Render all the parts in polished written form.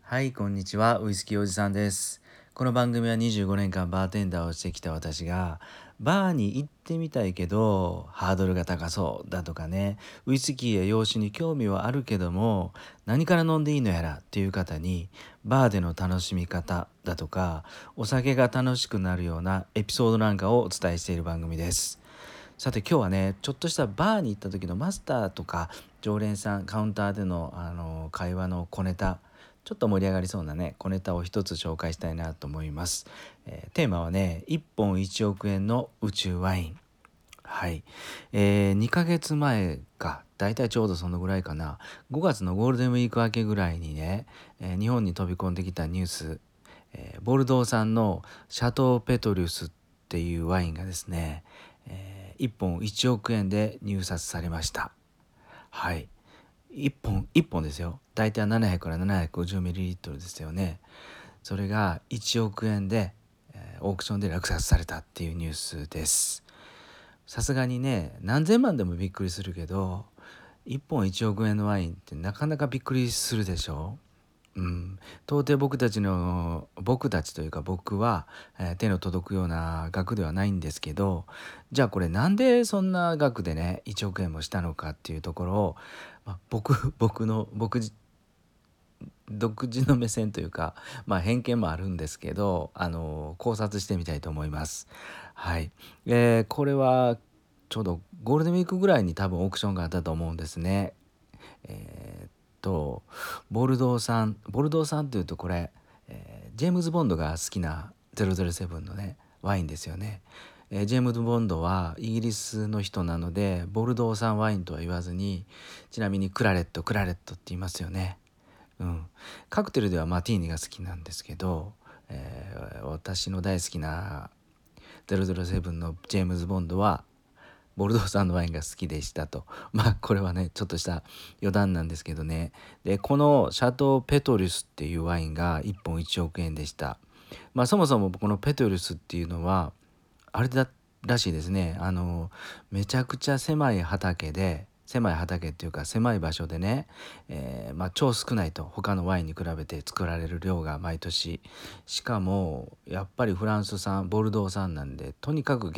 はい、こんにちは。ウイスキーおじさんです。この番組は25年間バーテンダーをしてきた私が、バーに行ってみたいけど、ハードルが高そうだとかね、ウイスキーや洋酒に興味はあるけども、何から飲んでいいのやらっていう方に、バーでの楽しみ方だとか、お酒が楽しくなるようなエピソードなんかをお伝えしている番組です。さて今日はね、ちょっとしたバーに行った時のマスターとか常連さん、カウンターでの会話の小ネタ、ちょっと盛り上がりそうなね小ネタを一つ紹介したいなと思います。テーマはね、1本1億円の宇宙ワイン。はい、2ヶ月前か、だいたいちょうどそのぐらいかな、5月のゴールデンウィーク明けぐらいにね、日本に飛び込んできたニュース、ボルドー産のシャトー・ペトリュスっていうワインがですね、1本1億円で入札されました。はい、1本ですよ。大体700から 750ml ですよね。それが1億円で、オークションで落札されたっていうニュースです。さすがにね、何千万でもびっくりするけど、1本1億円のワインってなかなかびっくりするでしょ。うん、到底僕たちというか僕は、手の届くような額ではないんですけど、じゃあこれなんでそんな額でね1億円もしたのかっていうところを、僕独自の目線というか、偏見もあるんですけど、考察してみたいと思います。はい、これはちょうどゴールデンウィークぐらいに多分オークションがあったと思うんですね。えーっとボルドー産っていうとこれ、ジェームズ・ボンドが好きな007のねワインですよね。ジェームズ・ボンドはイギリスの人なのでボルドー産ワインとは言わずに、ちなみにクラレットって言いますよね。カクテルではマティーニが好きなんですけど、私の大好きな007のジェームズ・ボンドはボルドー産のワインが好きでしたと。これはねちょっとした余談なんですけどね。でこのシャトー・ペトリュスっていうワインが1本1億円でした。そもそもこのペトリュスっていうのはあれだらしいですね。めちゃくちゃ狭い畑っていうか狭い場所でね、超少ないと、他のワインに比べて作られる量が毎年。しかもやっぱりフランス産ボルドー産なんで、とにかく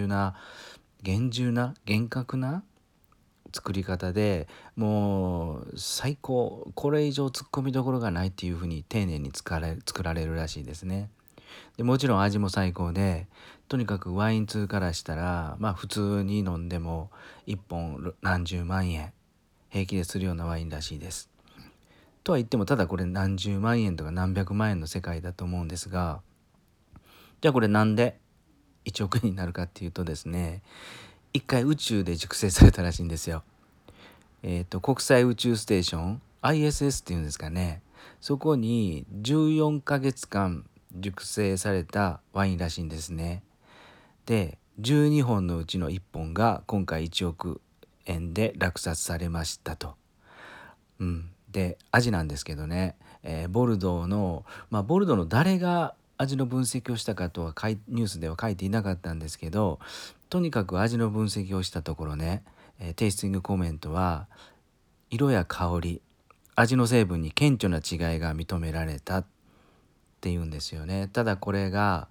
厳格な作り方で、もう最高、これ以上突っ込みどころがないっていうふうに丁寧に作られるらしいですね。でもちろん味も最高で、とにかくワイン通からしたら普通に飲んでも1本何十万円平気でするようなワインらしいです。とは言っても、ただこれ何十万円とか何百万円の世界だと思うんですが、じゃあこれなんで1億円になるかっていうとですね、一回宇宙で熟成されたらしいんですよ。国際宇宙ステーション ISS っていうんですかね。そこに14ヶ月間熟成されたワインらしいんですね。で12本のうちの1本が今回1億円で落札されましたと。で味なんですけどね、ボルドーの誰が味の分析をしたかとはニュースでは書いていなかったんですけど、とにかく味の分析をしたところね、テイスティングコメントは、色や香り、味の成分に顕著な違いが認められたっていうんですよね。ただこれが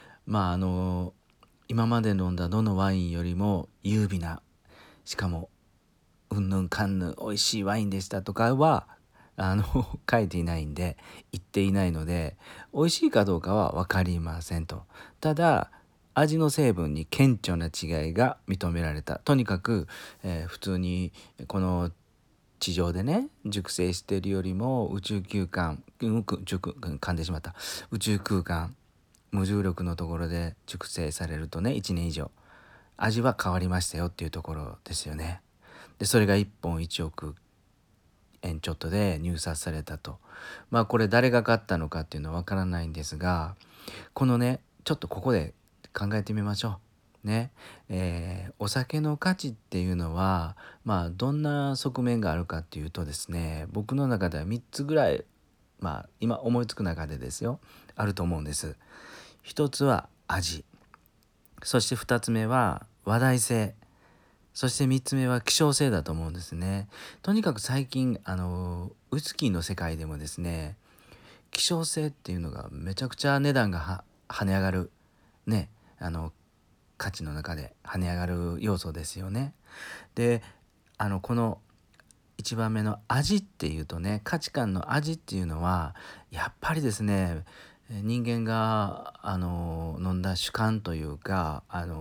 今まで飲んだどのワインよりも優美な、しかもうんぬんかんぬん美味しいワインでしたとかは書いていないんで、言っていないので、美味しいかどうかは分かりませんと。ただ味の成分に顕著な違いが認められた。とにかく、普通にこの地上でね熟成しているよりも宇宙空間、噛んでしまった、宇宙空間、無重力のところで熟成されるとね、1年以上味は変わりましたよっていうところですよね。でそれが1本1億円ちょっとで入札されたと。これ誰が買ったのかっていうのはわからないんですが、このねちょっとここで考えてみましょうね。お酒の価値っていうのはどんな側面があるかっていうとですね、僕の中では3つぐらい、今思いつく中でですよ、あると思うんです。一つは味、そして2つ目は話題性、そして3つ目は希少性だと思うんですね。とにかく最近ウイスキーの世界でもですね、 希少性っていうのがめちゃくちゃ値段が跳ね上がるね、価値の中で跳ね上がる要素ですよね。でこの1番目の味っていうとね、価値観の味っていうのはやっぱりですね、人間が飲んだ主観というか、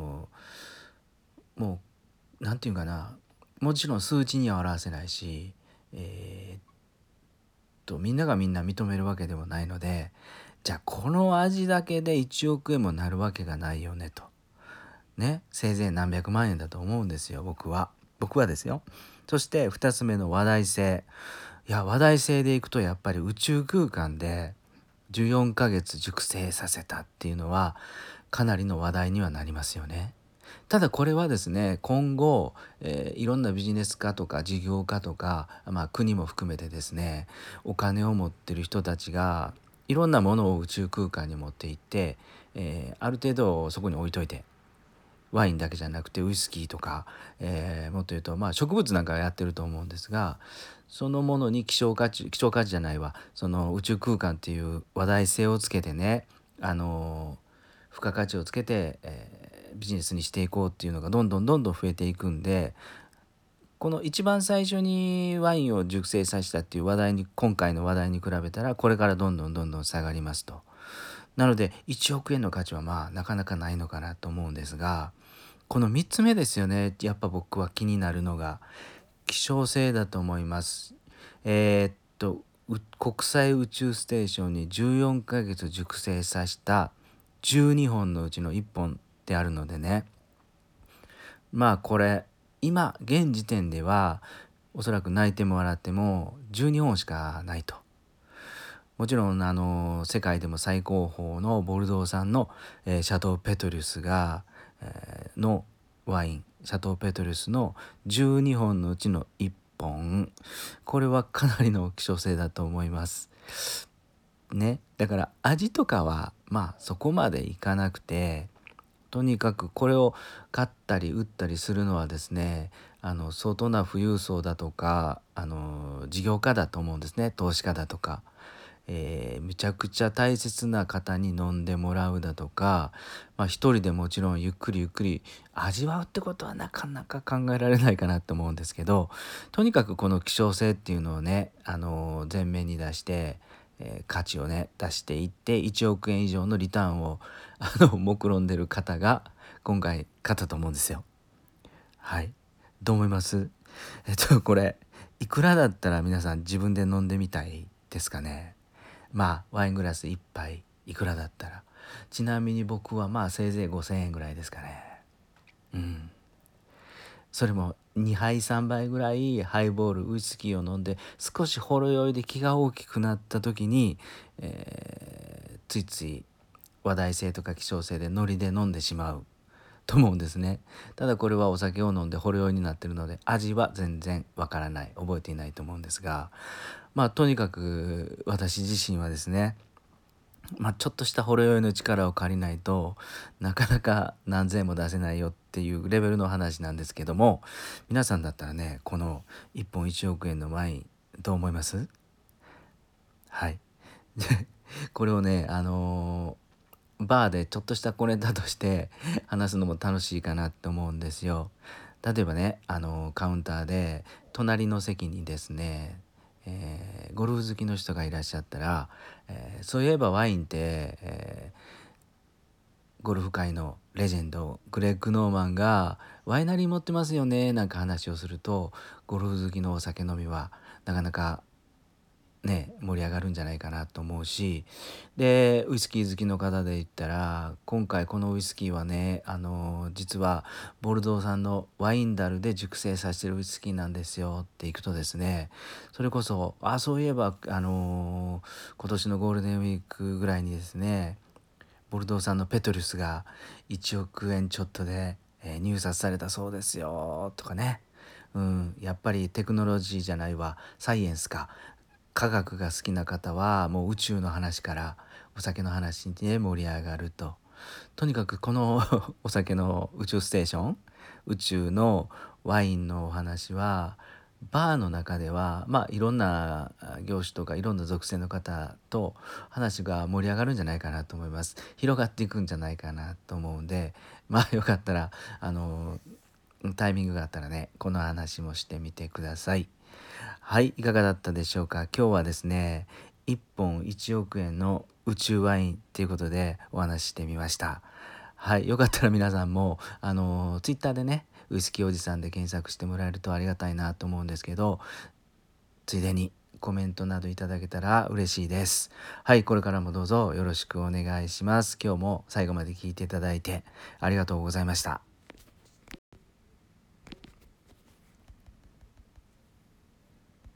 もうなんていうかな、もちろん数値には表せないし、えみんながみんな認めるわけでもないので、じゃあこの味だけで1億円もなるわけがないよねと。ね、せいぜい何百万円だと思うんですよ、僕はですよ。そして2つ目の話題性。いや、話題性でいくとやっぱり宇宙空間で14ヶ月熟成させたっていうのはかなりの話題にはなりますよね。ただこれはですね、今後、いろんなビジネス家とか事業家とか、国も含めてですね、お金を持ってる人たちがいろんなものを宇宙空間に持っていって、ある程度そこに置いといて、ワインだけじゃなくてウイスキーとか、もっと言うと植物なんかやってると思うんですが、そのものに希少価値じゃないわ、その宇宙空間っていう話題性をつけてね、付加価値をつけて、ビジネスにしていこうっていうのがどんどんどんどん増えていくんで、この一番最初にワインを熟成させたっていう今回の話題に比べたらこれからどんどんどんどん下がりますと。なので1億円の価値はなかなかないのかなと思うんですが、この3つ目ですよね、やっぱ僕は気になるのが希少性だと思います。国際宇宙ステーションに14ヶ月熟成させた12本のうちの1本であるのでね、これ今現時点ではおそらく泣いても笑っても12本しかないと。もちろん世界でも最高峰のボルドー産の、シャトー・ペトリュスが、のワインシャトー・ペトリュスの12本のうちの1本、これはかなりの希少性だと思いますね。だから味とかはそこまでいかなくて、とにかくこれを買ったり売ったりするのはですね、相当な富裕層だとか事業家だと思うんですね、投資家だとか。めちゃくちゃ大切な方に飲んでもらうだとか、一人でもちろんゆっくりゆっくり味わうってことはなかなか考えられないかなと思うんですけど、とにかくこの希少性っていうのをね、前面に出して、価値をね出していって1億円以上のリターンを目論んでる方が今回買ったと思うんですよ。はい。どう思います？これいくらだったら皆さん自分で飲んでみたいですかね。ワイングラス1杯いくらだったら。ちなみに僕はせいぜい5,000円ぐらいですかね。うん。それも2杯3杯ぐらいハイボールウイスキーを飲んで少しほろ酔いで気が大きくなった時に、ついつい話題性とか希少性でノリで飲んでしまうと思うんですね。ただこれはお酒を飲んでほろ酔いになってるので味は全然わからない、覚えていないと思うんですが、とにかく私自身はですね、ちょっとしたほろ酔いの力を借りないとなかなか何千円も出せないよっていうレベルの話なんですけども、皆さんだったらね、この1本1億円のワインどう思います？はい。でこれをね、バーでちょっとした小ネタとして話すのも楽しいかなって思うんですよ。例えばね、カウンターで隣の席にですね、ゴルフ好きの人がいらっしゃったら、そういえばワインって、ゴルフ界のレジェンドグレッグ・ノーマンがワイナリー持ってますよねなんか話をすると、ゴルフ好きのお酒飲みはなかなかね盛り上がるんじゃないかなと思うし、でウイスキー好きの方で言ったら、今回このウイスキーはね実はボルドー産のワインダルで熟成させてるウイスキーなんですよっていくとですね、それこそそういえば今年のゴールデンウィークぐらいにですね、ボルドー産のペトリュスが1億円ちょっとで、入札されたそうですよとかね。やっぱりテクノロジーじゃないわ、サイエンスか、科学が好きな方はもう宇宙の話からお酒の話で盛り上がると。とにかくこのお酒の宇宙ステーション、宇宙のワインのお話はバーの中では、いろんな業種とかいろんな属性の方と話が盛り上がるんじゃないかなと思います。広がっていくんじゃないかなと思うんで、よかったらタイミングがあったらね、この話もしてみてください。はい、いかがだったでしょうか。今日はですね、1本1億円の宇宙ワインっていうことでお話ししてみました。はい、よかったら皆さんもツイッターでね、ウイスキーおじさんで検索してもらえるとありがたいなと思うんですけど、ついでにコメントなどいただけたら嬉しいです。はい、これからもどうぞよろしくお願いします。今日も最後まで聞いていただいてありがとうございました。